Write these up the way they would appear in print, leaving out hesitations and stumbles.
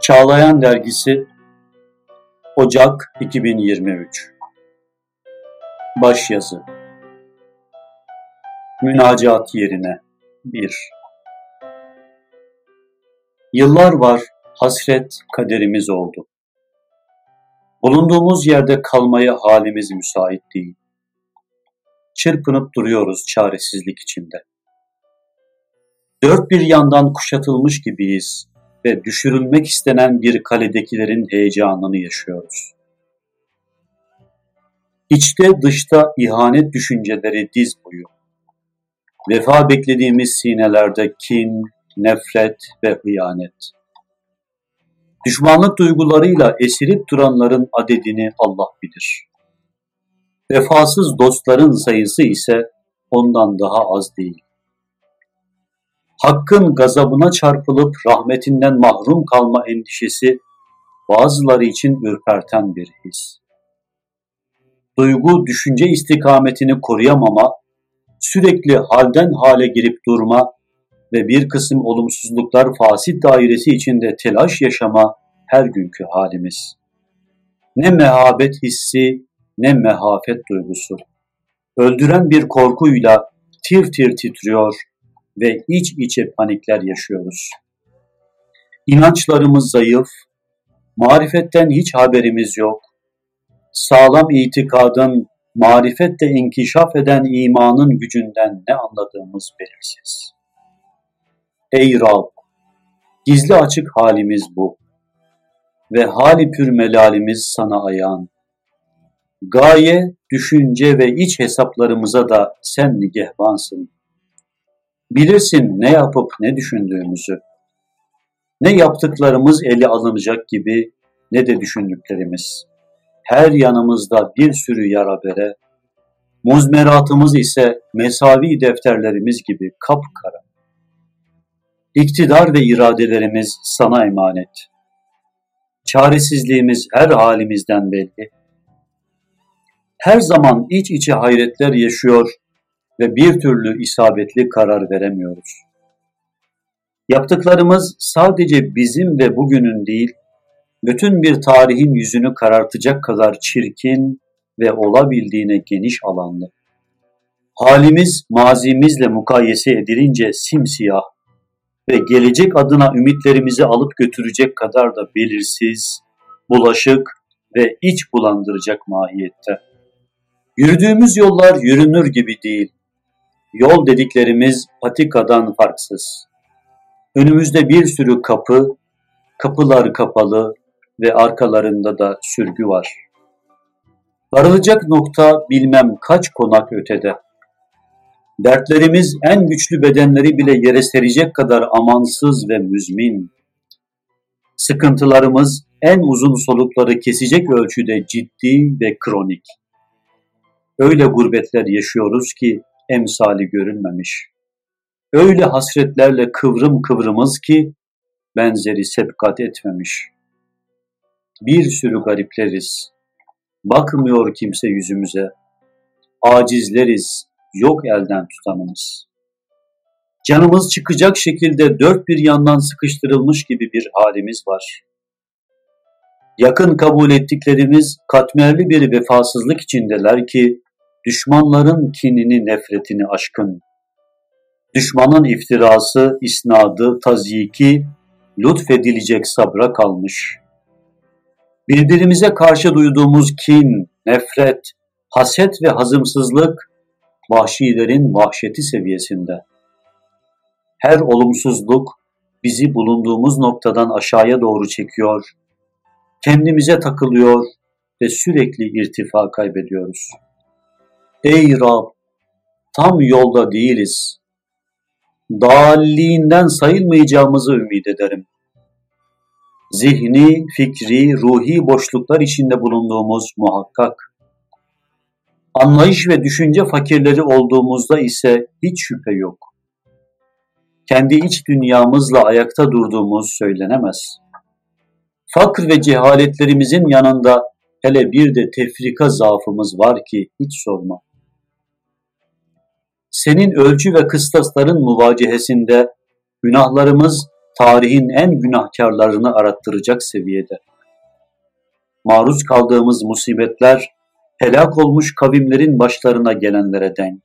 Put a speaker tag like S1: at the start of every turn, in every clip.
S1: Çağlayan Dergisi Ocak 2023 Başyazı Münacat yerine 1. Yıllar var hasret kaderimiz oldu. Bulunduğumuz yerde kalmaya halimiz müsait değil. Çırpınıp duruyoruz çaresizlik içinde. Dört bir yandan kuşatılmış gibiyiz ve düşürülmek istenen bir kaledekilerin heyecanını yaşıyoruz. İçte dışta ihanet düşünceleri diz boyu. Vefa beklediğimiz sinelerde kin, nefret ve hıyanet. Düşmanlık duygularıyla esirip duranların adedini Allah bilir. Vefasız dostların sayısı ise ondan daha az değil. Hakkın gazabına çarpılıp rahmetinden mahrum kalma endişesi bazıları için ürperten bir his. Duygu, düşünce istikametini koruyamama, sürekli halden hale girip durma ve bir kısım olumsuzluklar fasit dairesi içinde telaş yaşama her günkü halimiz. Ne mehabet hissi, ne mehafet duygusu. Öldüren bir korkuyla tir tir titriyor ve iç içe panikler yaşıyoruz. İnançlarımız zayıf, marifetten hiç haberimiz yok. Sağlam itikadın, marifetle inkişaf eden imanın gücünden ne anladığımız belirsiz. Ey Rab, gizli açık halimiz bu ve hali pür melalimiz sana ayağın. Gaye, düşünce ve iç hesaplarımıza da sen nigehbansın. Bilirsin ne yapıp ne düşündüğümüzü. Ne yaptıklarımız ele alınacak gibi ne de düşündüklerimiz. Her yanımızda bir sürü yara bere, muzmeratımız ise mesavi defterlerimiz gibi kapkara. İktidar ve iradelerimiz sana emanet. Çaresizliğimiz her halimizden belli. Her zaman iç içe hayretler yaşıyor ve bir türlü isabetli karar veremiyoruz. Yaptıklarımız sadece bizim ve bugünün değil, bütün bir tarihin yüzünü karartacak kadar çirkin ve olabildiğine geniş alanlı. Halimiz mazimizle mukayese edilince simsiyah ve gelecek adına ümitlerimizi alıp götürecek kadar da belirsiz, bulaşık ve iç bulandıracak mahiyette. Yürüdüğümüz yollar yürünür gibi değil. Yol dediklerimiz patikadan farksız. Önümüzde bir sürü kapı, kapılar kapalı ve arkalarında da sürgü var. Varılacak nokta bilmem kaç konak ötede. Dertlerimiz en güçlü bedenleri bile yere serecek kadar amansız ve müzmin. Sıkıntılarımız en uzun solukları kesecek ölçüde ciddi ve kronik. Öyle gurbetler yaşıyoruz ki emsali görülmemiş. Öyle hasretlerle kıvrım kıvrımız ki benzeri sebkat etmemiş. Bir sürü garipleriz. Bakmıyor kimse yüzümüze. Acizleriz, yok elden tutanımız. Canımız çıkacak şekilde dört bir yandan sıkıştırılmış gibi bir halimiz var. Yakın kabul ettiklerimiz katmerli bir vefasızlık içindeler ki düşmanların kinini, nefretini aşkın. Düşmanın iftirası, isnadı, tazyiki, lütfedilecek sabra kalmış. Birbirimize karşı duyduğumuz kin, nefret, haset ve hazımsızlık, vahşilerin vahşeti seviyesinde. Her olumsuzluk bizi bulunduğumuz noktadan aşağıya doğru çekiyor, kendimize takılıyor ve sürekli irtifa kaybediyoruz. Ey Rab, tam yolda değiliz. Dâlliğinden sayılmayacağımızı ümit ederim. Zihni, fikri, ruhi boşluklar içinde bulunduğumuz muhakkak. Anlayış ve düşünce fakirleri olduğumuzda ise hiç şüphe yok. Kendi iç dünyamızla ayakta durduğumuz söylenemez. Fakr ve cehaletlerimizin yanında hele bir de tefrika zaafımız var ki hiç sorma. Senin ölçü ve kıstasların muvacehesinde günahlarımız tarihin en günahkarlarını arattıracak seviyede. Maruz kaldığımız musibetler, helak olmuş kavimlerin başlarına gelenlere denk.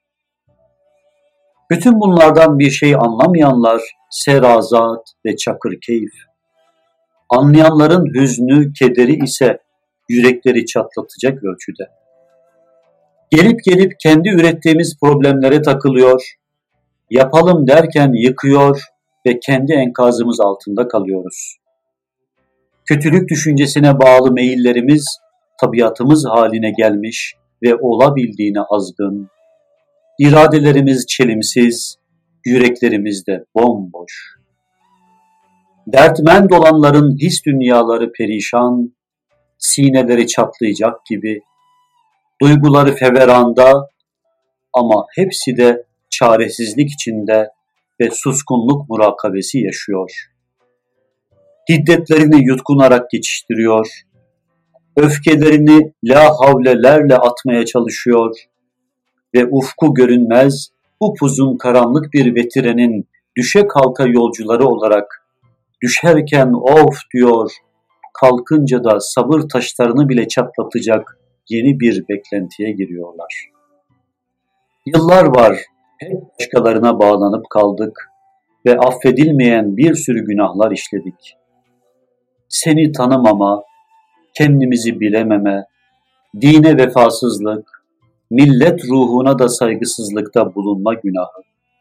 S1: Bütün bunlardan bir şey anlamayanlar, serazat ve çakırkeyif. Anlayanların hüznü, kederi ise yürekleri çatlatacak ölçüde. Gelip gelip kendi ürettiğimiz problemlere takılıyor, yapalım derken yıkıyor ve kendi enkazımız altında kalıyoruz. Kötülük düşüncesine bağlı meyillerimiz tabiatımız haline gelmiş ve olabildiğine azgın, iradelerimiz çelimsiz, yüreklerimiz de bomboş. Dertmend olanların his dünyaları perişan, sineleri çatlayacak gibi, duyguları feveranda ama hepsi de çaresizlik içinde ve suskunluk murakabesi yaşıyor. Hiddetlerini yutkunarak geçiştiriyor, öfkelerini la havlelerle atmaya çalışıyor ve ufku görünmez, upuzun karanlık bir vetirenin düşe kalka yolcuları olarak düşerken of diyor, kalkınca da sabır taşlarını bile çatlatacak yeni bir beklentiye giriyorlar. Yıllar var, hep başkalarına bağlanıp kaldık ve affedilmeyen bir sürü günahlar işledik. Seni tanımama, kendimizi bilememe, dine vefasızlık, millet ruhuna da saygısızlıkta bulunma günahı.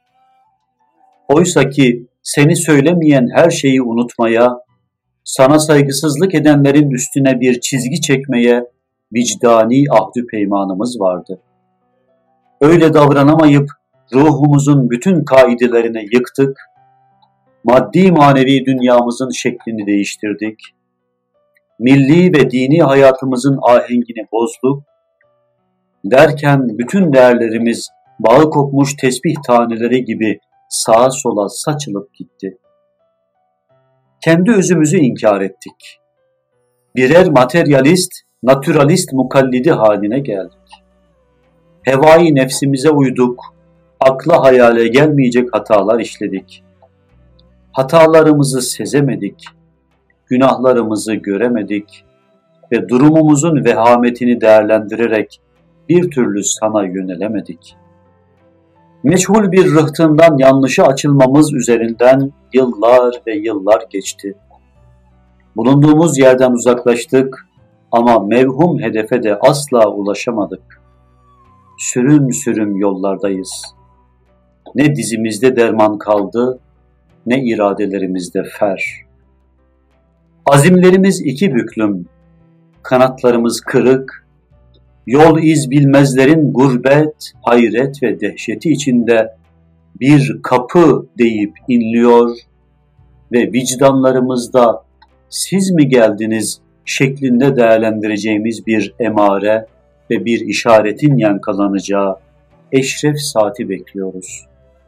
S1: Oysa ki seni söylemeyen her şeyi unutmaya, sana saygısızlık edenlerin üstüne bir çizgi çekmeye vicdani ahdü peymanımız vardı. Öyle davranamayıp ruhumuzun bütün kaidelerini yıktık, maddi manevi dünyamızın şeklini değiştirdik, milli ve dini hayatımızın ahengini bozduk, derken bütün değerlerimiz bağı kopmuş tesbih taneleri gibi sağa sola saçılıp gitti. Kendi özümüzü inkar ettik. Birer materyalist, naturalist mukallidi haline geldik. Hevai nefsimize uyduk, akla hayale gelmeyecek hatalar işledik. Hatalarımızı sezemedik, günahlarımızı göremedik ve durumumuzun vehametini değerlendirerek bir türlü sana yönelemedik. Meçhul bir rıhtımdan yanlışa açılmamız üzerinden yıllar ve yıllar geçti. Bulunduğumuz yerden uzaklaştık ama mevhum hedefe de asla ulaşamadık. Sürüm sürüm yollardayız. Ne dizimizde derman kaldı, ne iradelerimizde fer. Azimlerimiz iki büklüm, kanatlarımız kırık, yol iz bilmezlerin gurbet, hayret ve dehşeti içinde bir kapı deyip inliyor ve vicdanlarımızda siz mi geldiniz şeklinde değerlendireceğimiz bir emare ve bir işaretin yankılanacağı eşref saati bekliyoruz.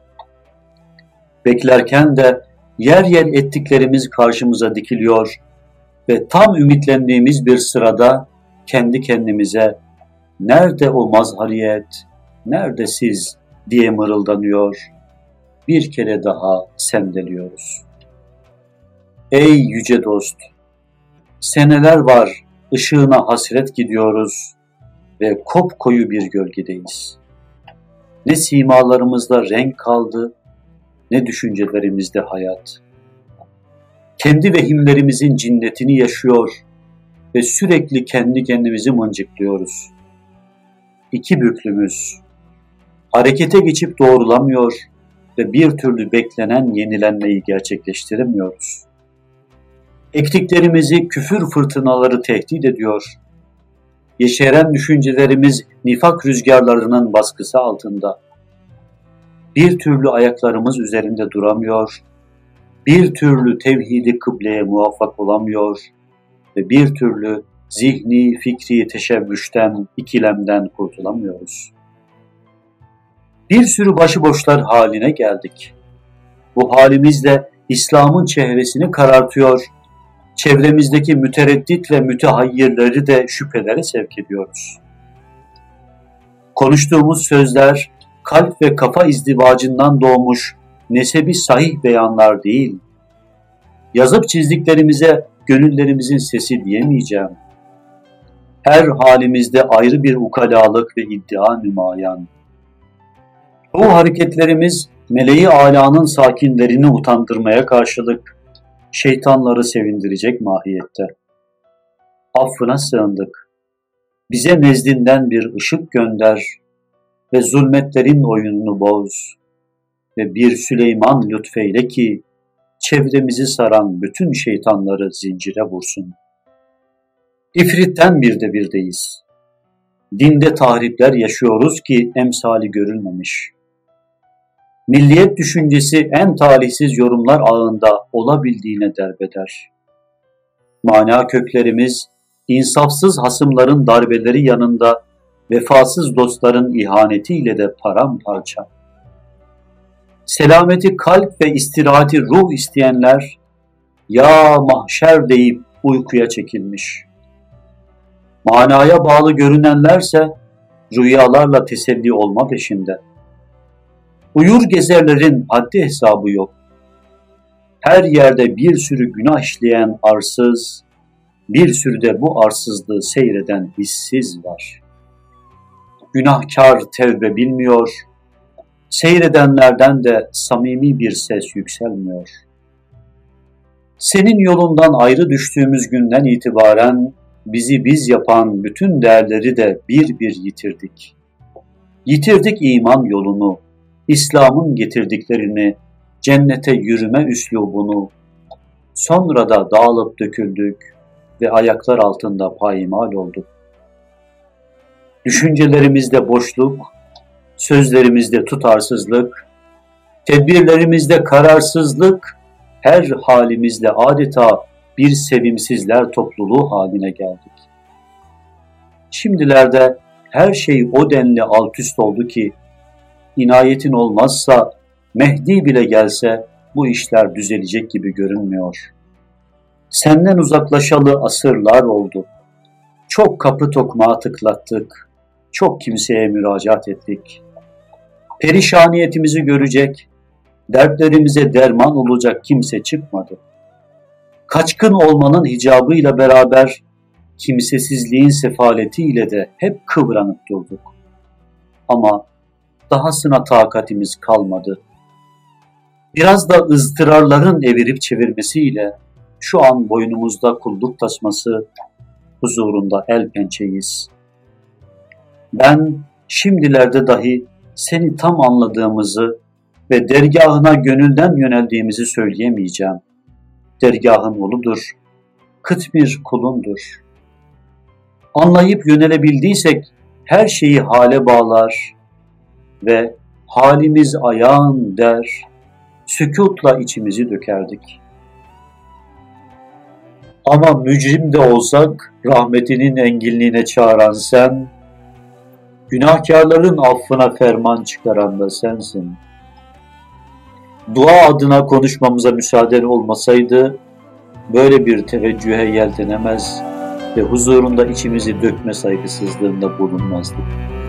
S1: Beklerken de yer yer ettiklerimiz karşımıza dikiliyor ve tam ümitlendiğimiz bir sırada kendi kendimize "Nerede o mazhariyet, nerede siz?" diye mırıldanıyor, bir kere daha sendeliyoruz. Ey yüce dost! Seneler var ışığına hasret gidiyoruz ve kopkoyu bir gölgedeyiz. Ne simalarımızda renk kaldı, ne düşüncelerimizde hayat. Kendi vehimlerimizin cinnetini yaşıyor ve sürekli kendi kendimizi mıncıklıyoruz. İki büklümüz, harekete geçip doğrulamıyor ve bir türlü beklenen yenilenmeyi gerçekleştiremiyoruz. Ektiklerimizi küfür fırtınaları tehdit ediyor. Yeşeren düşüncelerimiz nifak rüzgarlarının baskısı altında. Bir türlü ayaklarımız üzerinde duramıyor, bir türlü tevhidi kıbleye muvaffak olamıyor ve bir türlü zihni, fikri teşebbüşten, ikilemden kurtulamıyoruz. Bir sürü başıboşlar haline geldik. Bu halimizle İslam'ın çehresini karartıyor, çevremizdeki mütereddit ve mütehayyirleri de şüphelere sevk ediyoruz. Konuştuğumuz sözler, kalp ve kafa izdivacından doğmuş nesebi sahih beyanlar değil, Yazıp çizdiklerimize gönüllerimizin sesi diyemeyeceğim. Her halimizde ayrı bir ukalalık ve iddia nümayan. Bu hareketlerimiz meleği âlânın sakinlerini utandırmaya karşılık şeytanları sevindirecek mahiyette. Affına sığındık. Bize nezdinden bir ışık gönder ve zulmetlerin oyununu boz ve bir Süleyman lütfeyle ki çevremizi saran bütün şeytanları zincire vursun. İfritten bir de birdeyiz. Dinde tahripler yaşıyoruz ki emsali görülmemiş. Milliyet düşüncesi en talihsiz yorumlar ağında olabildiğine derbeder. Mana köklerimiz insafsız hasımların darbeleri yanında vefasız dostların ihanetiyle de paramparça. Selameti kalp ve istirahati ruh isteyenler ya mahşer deyip uykuya çekilmiş. Manaya bağlı görünenlerse rüyalarla teselli olma peşinde. Uyur gezerlerin haddi hesabı yok. Her yerde bir sürü günah işleyen arsız, bir sürü de bu arsızlığı seyreden hissiz var. Günahkar tevbe bilmiyor, seyredenlerden de samimi bir ses yükselmiyor. Senin yolundan ayrı düştüğümüz günden itibaren bizi biz yapan bütün değerleri de bir bir yitirdik. Yitirdik iman yolunu, İslam'ın getirdiklerini, cennete yürüme üslubunu, sonra da dağılıp döküldük ve ayaklar altında payimal olduk. Düşüncelerimizde boşluk, sözlerimizde tutarsızlık, tedbirlerimizde kararsızlık, her halimizde adeta bir sevimsizler topluluğu haline geldik. Şimdilerde her şey o denli alt üst oldu ki, inayetin olmazsa, Mehdi bile gelse bu işler düzelecek gibi görünmüyor. Senden uzaklaşalı asırlar oldu. Çok kapı tokmağı tıklattık, çok kimseye müracaat ettik. Perişaniyetimizi görecek, dertlerimize derman olacak kimse çıkmadı. Kaçkın olmanın hicabıyla beraber kimsesizliğin sefaletiyle de hep kıvranıp durduk. Ama dahasına takatimiz kalmadı. Biraz da ızdırarların evirip çevirmesiyle şu an boynumuzda kulluk tasması, huzurunda el pençeyiz. Ben şimdilerde dahi seni tam anladığımızı ve dergahına gönülden yöneldiğimizi söyleyemeyeceğim. Dergahın uludur, kıt bir kulundur. Anlayıp yönelebildiysek her şeyi hale bağlar ve halimiz ayağın der, sükûtla içimizi dökerdik. Ama mücrim de olsak rahmetinin enginliğine çağıran sen, günahkarların affına ferman çıkaran da sensin. Dua adına konuşmamıza müsaaden olmasaydı, böyle bir teveccühe yeltenemez ve huzurunda içimizi dökme saygısızlığında bulunmazdık.